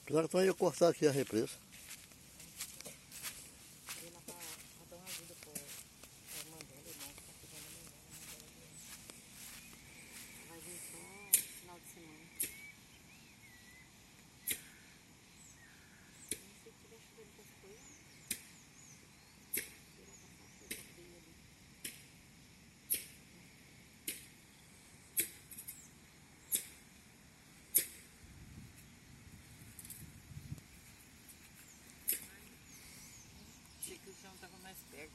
Apesar que então eu ia cortar aqui a represa. Dar uma ajuda pro Mandela, irmão, que tá cuidando da Mandela. Vai vir só final de semana. Não sei se tiver chovendo com as coisas. Sei lá, passar chuva fria ali. Achei que o chão tava mais perto.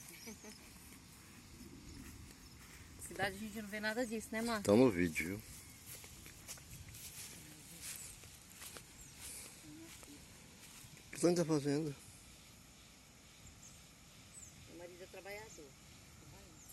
Cidade a gente não vê nada disso, né, Marcos? Tá no vídeo, viu? O que você tá fazendo? Meu marido é trabalhador. Trabalhando.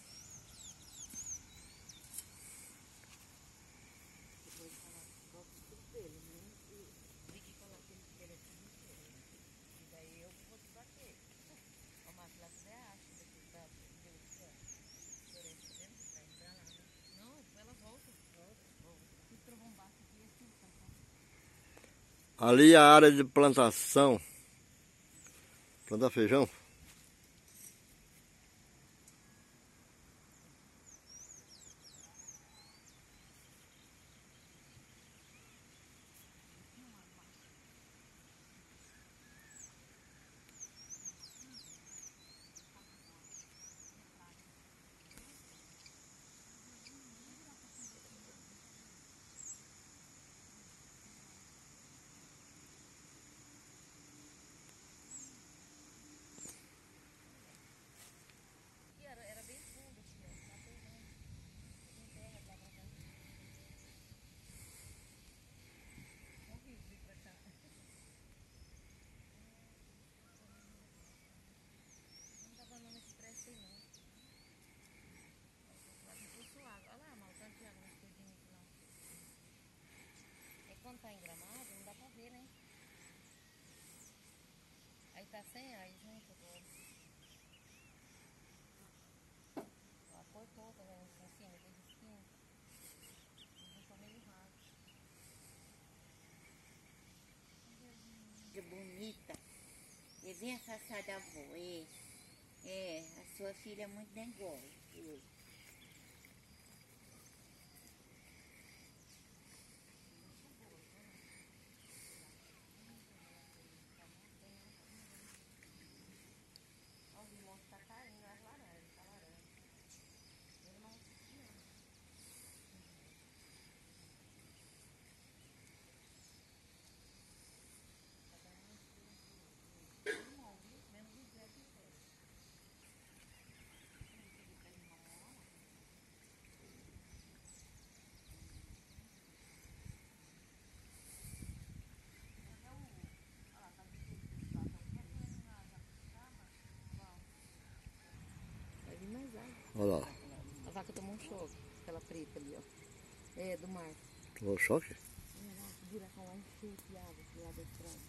Depois falar, gosto tudo dele, né? E briguei falar que ele é tudo inteiro. E daí eu vou te bater. Ó, Marcos, lá você acha depois da Floresta dentro, tá indo pra lá, né? Não, ela volta. Se trovombar aqui, assim, tá? Ali é a área de plantação. Plantar feijão. Era bem fundo, assim, ó. Tá pegando. Tem terra lá pra cá. Horrível vir pra cá. Não tá banana esse preço aí, não. Lá tem tudo suave. Olha lá, mal, tanto de água nas coisinhas aqui, não. É quando tá engramado, não dá pra ver, né? Aí tá sem ar, junto agora. Ó, cortou, tá vendo? Em cima, tem risquinho. Ficou meio raso. Que bonita. E vem a Sassá da avó. A sua filha é muito negócio. Ó, o limão tá caindo, as laranjas, tá laranja. Meu irmão, limão, viu? Menos de 10 de pé. Vai vir mais água. Olha lá. A vaca tomou um choque, aquela preta ali, ó. É, do mar. Tomou choque? Vira com lá encheu de água do lado de trás.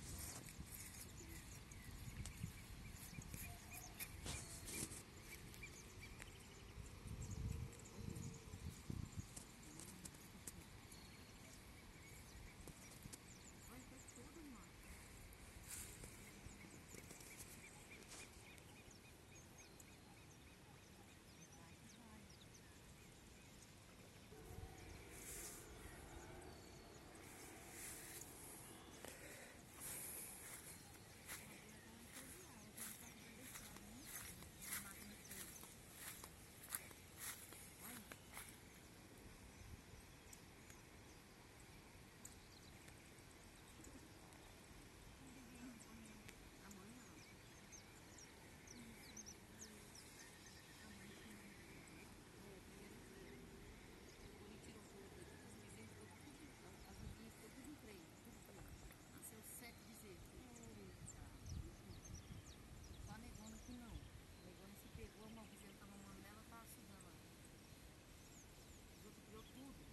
Só a negona que não. A negona se pegou, uma bezerra tava mamando nela, tava sugando ela. Os outros criou tudo.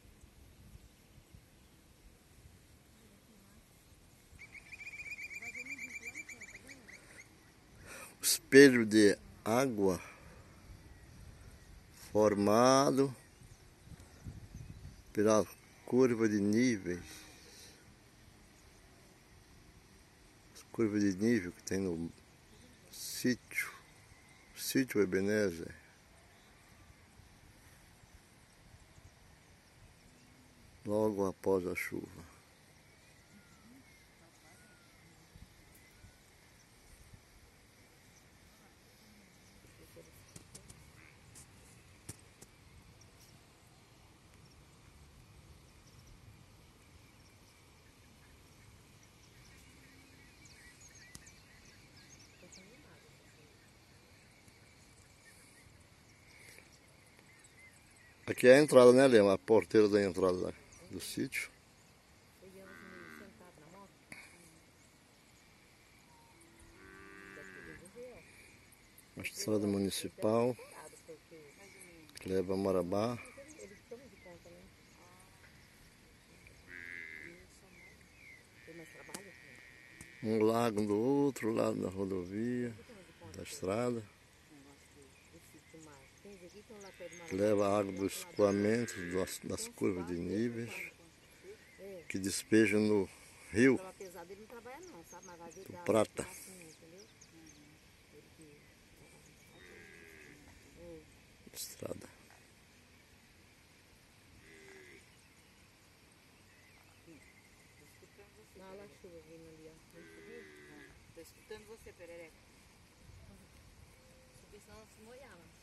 Espelho de água formado pela curva de níveis. curva de nível que tem no sítio Ebenezer. Logo após a chuva. Aqui é a entrada, né, Lema? A porteira da entrada do sítio. Sentado na moto. A estrada municipal que leva a Marabá. Eles tomam de conta, né? Tem mais trabalho? Um lago do outro lado da rodovia, da estrada. Que leva a água do escoamento das curvas de níveis. Que despeja no rio do Prata. Estrada. Olha a chuva vindo ali, ó. Vem subir? Tô escutando você, Perereca. Subir senão se molhava.